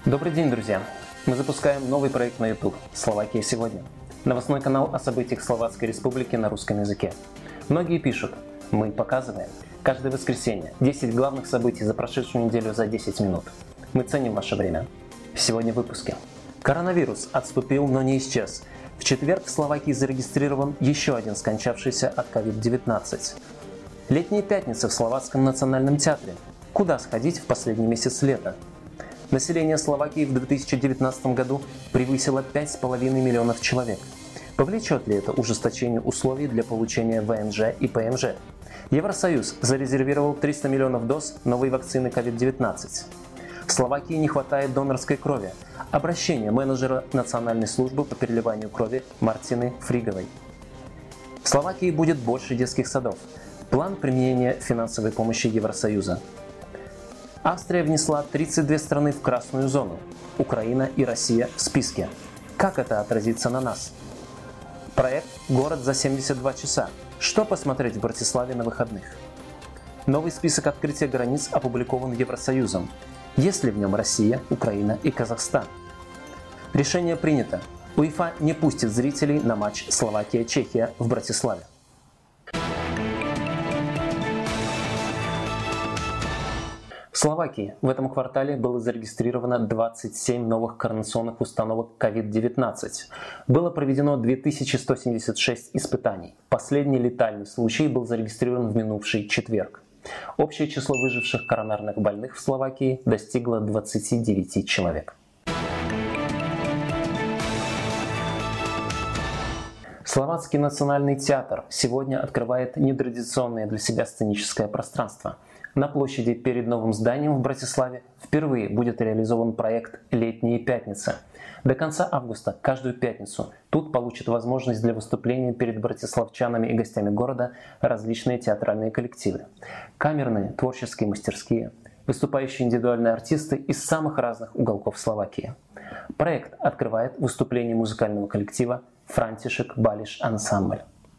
Добрый день, друзья! Мы запускаем новый проект на YouTube «Словакия сегодня». Новостной канал о событиях Словацкой Республики на русском языке. Многие пишут, мы показываем. Каждое воскресенье 10 главных событий за прошедшую неделю за 10 минут. Мы ценим ваше время. Сегодня в выпуске. Коронавирус отступил, но не исчез. В четверг в Словакии зарегистрирован еще один скончавшийся от COVID-19. Летняя пятница в Словацком национальном театре. Куда сходить в последний месяц лета? Население Словакии в 2019 году превысило 5,5 миллионов человек. Повлечет ли это ужесточение условий для получения ВНЖ и ПМЖ? Евросоюз зарезервировал 300 миллионов доз новой вакцины COVID-19. В Словакии не хватает донорской крови. Обращение менеджера Национальной службы по переливанию крови Мартины Фриговой. В Словакии будет больше детских садов. План применения финансовой помощи Евросоюза. Австрия внесла 32 страны в красную зону. Украина и Россия в списке. Как это отразится на нас? Проект «Город за 72 часа». Что посмотреть в Братиславе на выходных? Новый список открытия границ опубликован Евросоюзом. Есть ли в нем Россия, Украина и Казахстан? Решение принято. УЕФА не пустит зрителей на матч Словакия-Чехия в Братиславе. В Словакии в этом квартале было зарегистрировано 27 новых коронационных установок COVID-19. Было проведено 2176 испытаний. Последний летальный случай был зарегистрирован в минувший четверг. Общее число выживших коронарных больных в Словакии достигло 29 человек. Словацкий национальный театр сегодня открывает нетрадиционное для себя сценическое пространство. На площади перед новым зданием в Братиславе впервые будет реализован проект «Летняя пятница». До конца августа каждую пятницу тут получат возможность для выступления перед братиславчанами и гостями города различные театральные коллективы. Камерные, творческие мастерские, выступающие индивидуальные артисты из самых разных уголков Словакии. Проект открывает выступление музыкального коллектива «Франтишек Балиш Ансамбль».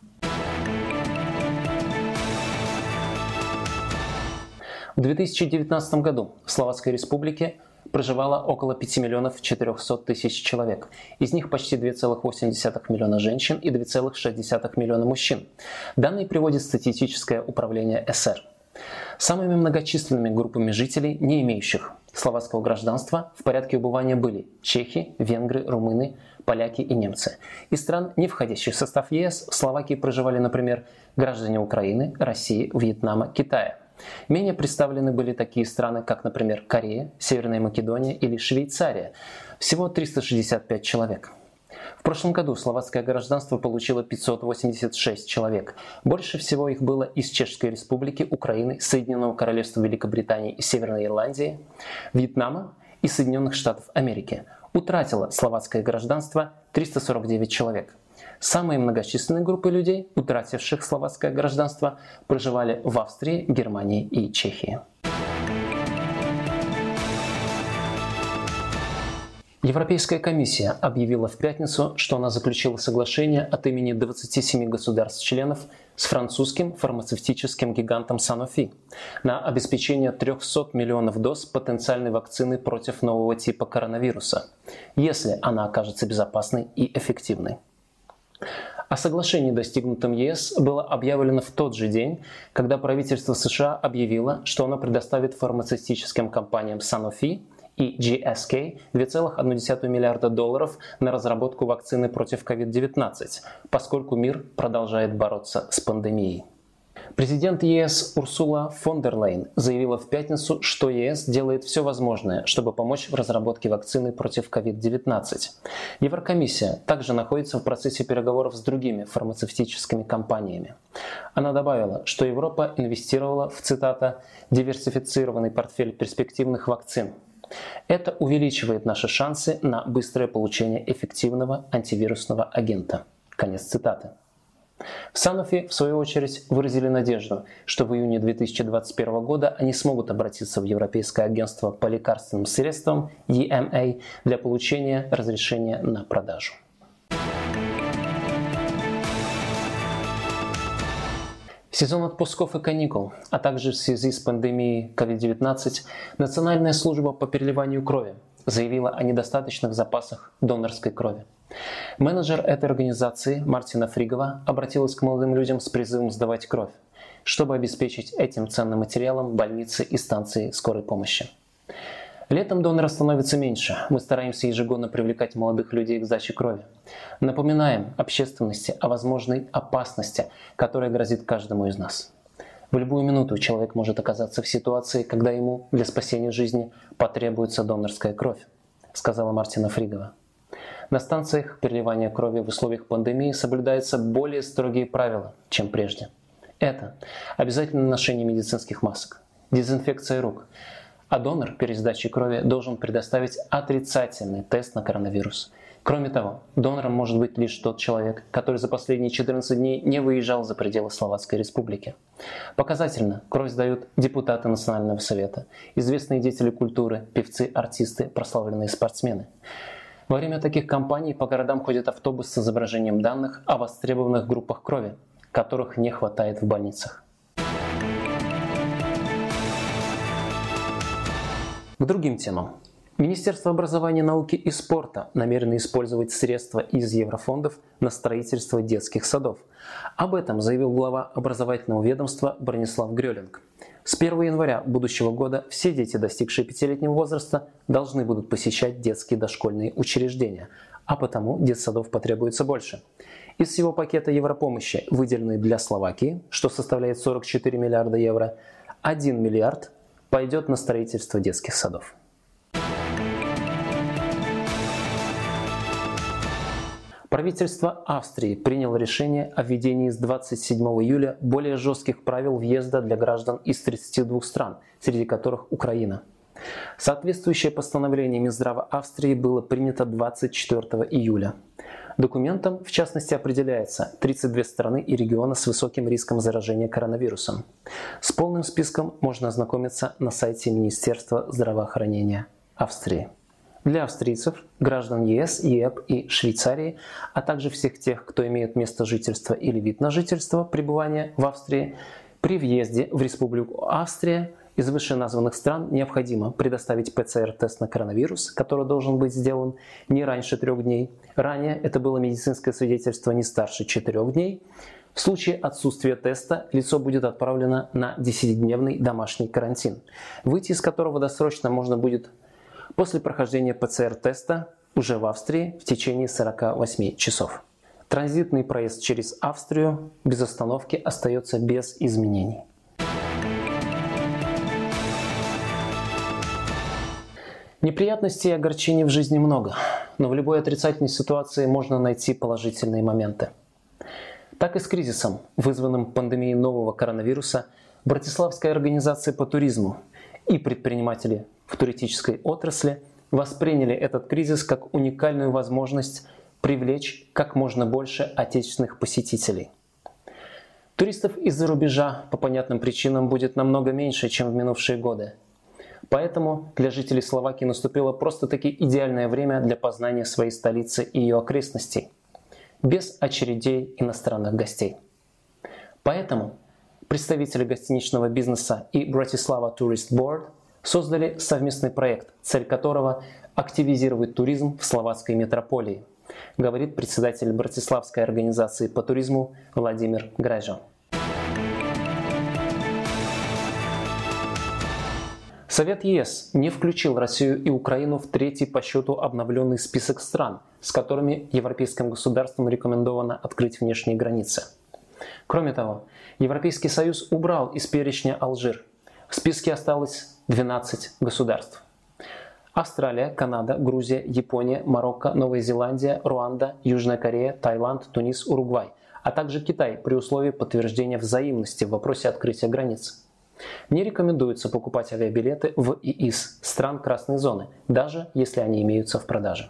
В 2019 году в Словацкой Республике проживало около 5 миллионов 400 тысяч человек. Из них почти 2,8 миллиона женщин и 2,6 миллиона мужчин. Данные приводит статистическое управление СР. Самыми многочисленными группами жителей, не имеющих словацкого гражданства, в порядке убывания были чехи, венгры, румыны, поляки и немцы. Из стран, не входящих в состав ЕС, в Словакии проживали, например, граждане Украины, России, Вьетнама, Китая. Менее представлены были такие страны, как, например, Корея, Северная Македония или Швейцария. Всего 365 человек. В прошлом году словацкое гражданство получило 586 человек. Больше всего их было из Чешской Республики, Украины, Соединенного Королевства Великобритании и Северной Ирландии, Вьетнама и Соединенных Штатов Америки. Утратило словацкое гражданство 349 человек. Самые многочисленные группы людей, утративших словацкое гражданство, проживали в Австрии, Германии и Чехии. Европейская комиссия объявила в пятницу, что она заключила соглашение от имени 27 государств-членов с французским фармацевтическим гигантом Sanofi на обеспечение 300 миллионов доз потенциальной вакцины против нового типа коронавируса, если она окажется безопасной и эффективной. О соглашении, достигнутом ЕС, было объявлено в тот же день, когда правительство США объявило, что оно предоставит фармацевтическим компаниям Sanofi и GSK 2,1 миллиарда долларов на разработку вакцины против COVID-19, поскольку мир продолжает бороться с пандемией. Президент ЕС Урсула фон дер Лейн заявила в пятницу, что ЕС делает все возможное, чтобы помочь в разработке вакцины против COVID-19. Еврокомиссия также находится в процессе переговоров с другими фармацевтическими компаниями. Она добавила, что Европа инвестировала в, цитата, «диверсифицированный портфель перспективных вакцин». Это увеличивает наши шансы на быстрое получение эффективного антивирусного агента. Конец цитаты. В Sanofi, в свою очередь, выразили надежду, что в июне 2021 года они смогут обратиться в Европейское агентство по лекарственным средствам EMA для получения разрешения на продажу. сезон отпусков и каникул, а также в связи с пандемией COVID-19, Национальная служба по переливанию крови заявила о недостаточных запасах донорской крови. Менеджер этой организации Мартина Фригова обратилась к молодым людям с призывом сдавать кровь, чтобы обеспечить этим ценным материалом больницы и станции скорой помощи. Летом доноров становится меньше. Мы стараемся ежегодно привлекать молодых людей к сдаче крови. Напоминаем общественности о возможной опасности, которая грозит каждому из нас. В любую минуту человек может оказаться в ситуации, когда ему для спасения жизни потребуется донорская кровь, сказала Мартина Фригова. На станциях переливания крови в условиях пандемии соблюдаются более строгие правила, чем прежде. Это обязательное ношение медицинских масок, дезинфекция рук, а донор перед сдачей крови должен предоставить отрицательный тест на коронавирус. Кроме того, донором может быть лишь тот человек, который за последние 14 дней не выезжал за пределы Словацкой Республики. Показательно, кровь сдают депутаты Национального совета, известные деятели культуры, певцы, артисты, прославленные спортсмены. Во время таких кампаний по городам ходят автобусы с изображением данных о востребованных группах крови, которых не хватает в больницах. К другим темам. Министерство образования, науки и спорта намерено использовать средства из еврофондов на строительство детских садов. Об этом заявил глава образовательного ведомства Бронислав Грёлинг. С 1 января будущего года все дети, достигшие 5-летнего возраста, должны будут посещать детские дошкольные учреждения, а потому детсадов потребуется больше. Из всего пакета европомощи, выделенной для Словакии, что составляет 44 миллиарда евро, 1 миллиард пойдет на строительство детских садов. Правительство Австрии приняло решение о введении с 27 июля более жестких правил въезда для граждан из 32 стран, среди которых Украина. Соответствующее постановление Минздрава Австрии было принято 24 июля. Документом, в частности, определяется 32 страны и региона с высоким риском заражения коронавирусом. С полным списком можно ознакомиться на сайте Министерства здравоохранения Австрии. Для австрийцев, граждан ЕС, ЕЭП и Швейцарии, а также всех тех, кто имеет место жительства или вид на жительство, пребывания в Австрии, при въезде в Республику Австрия из вышеназванных стран необходимо предоставить ПЦР-тест на коронавирус, который должен быть сделан не раньше 3 дней. Ранее это было медицинское свидетельство не старше 4 дней. В случае отсутствия теста лицо будет отправлено на 10-дневный домашний карантин, выйти из которого досрочно можно будет после прохождения ПЦР-теста уже в Австрии в течение 48 часов. Транзитный проезд через Австрию без остановки остается без изменений. Неприятностей и огорчений в жизни много, но в любой отрицательной ситуации можно найти положительные моменты. Так и с кризисом, вызванным пандемией нового коронавируса, Братиславская организация по туризму и предприниматели в туристической отрасли восприняли этот кризис как уникальную возможность привлечь как можно больше отечественных посетителей. Туристов из-за рубежа по понятным причинам будет намного меньше, чем в минувшие годы. Поэтому для жителей Словакии наступило просто-таки идеальное время для познания своей столицы и ее окрестностей, без очередей иностранных гостей. Поэтому представители гостиничного бизнеса и Bratislava Tourist Board создали совместный проект, цель которого – активизировать туризм в словацкой метрополии, говорит председатель Братиславской организации по туризму Владимир Грайжо. Совет ЕС не включил Россию и Украину в 3-й по счету обновленный список стран, с которыми европейским государствам рекомендовано открыть внешние границы. Кроме того, Европейский Союз убрал из перечня Алжир. В списке осталось 12 государств. Австралия, Канада, Грузия, Япония, Марокко, Новая Зеландия, Руанда, Южная Корея, Таиланд, Тунис, Уругвай, а также Китай при условии подтверждения взаимности в вопросе открытия границ. Не рекомендуется покупать авиабилеты в и из стран красной зоны, даже если они имеются в продаже.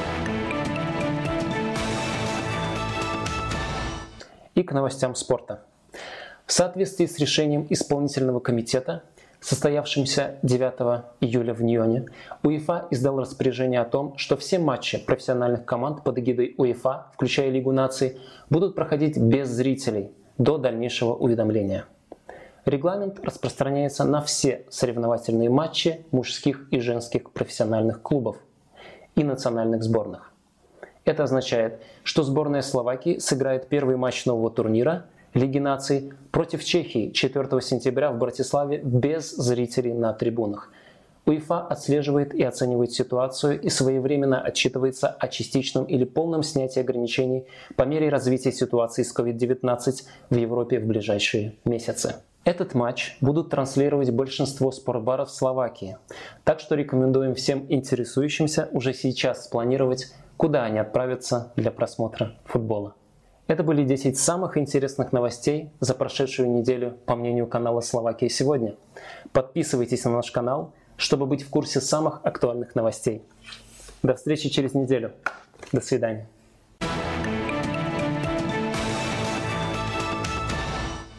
И к новостям спорта. В соответствии с решением исполнительного комитета, состоявшимся 9 июля в Ньоне, УЕФА издал распоряжение о том, что все матчи профессиональных команд под эгидой УЕФА, включая Лигу наций, будут проходить без зрителей до дальнейшего уведомления. Регламент распространяется на все соревновательные матчи мужских и женских профессиональных клубов и национальных сборных. Это означает, что сборная Словакии сыграет первый матч нового турнира Лиги наций против Чехии 4 сентября в Братиславе без зрителей на трибунах. УЕФА отслеживает и оценивает ситуацию и своевременно отчитывается о частичном или полном снятии ограничений по мере развития ситуации с COVID-19 в Европе в ближайшие месяцы. Этот матч будут транслировать большинство спортбаров Словакии, так что рекомендуем всем интересующимся уже сейчас спланировать, куда они отправятся для просмотра футбола. Это были 10 самых интересных новостей за прошедшую неделю, по мнению канала «Словакия сегодня». Подписывайтесь на наш канал, чтобы быть в курсе самых актуальных новостей. До встречи через неделю. До свидания.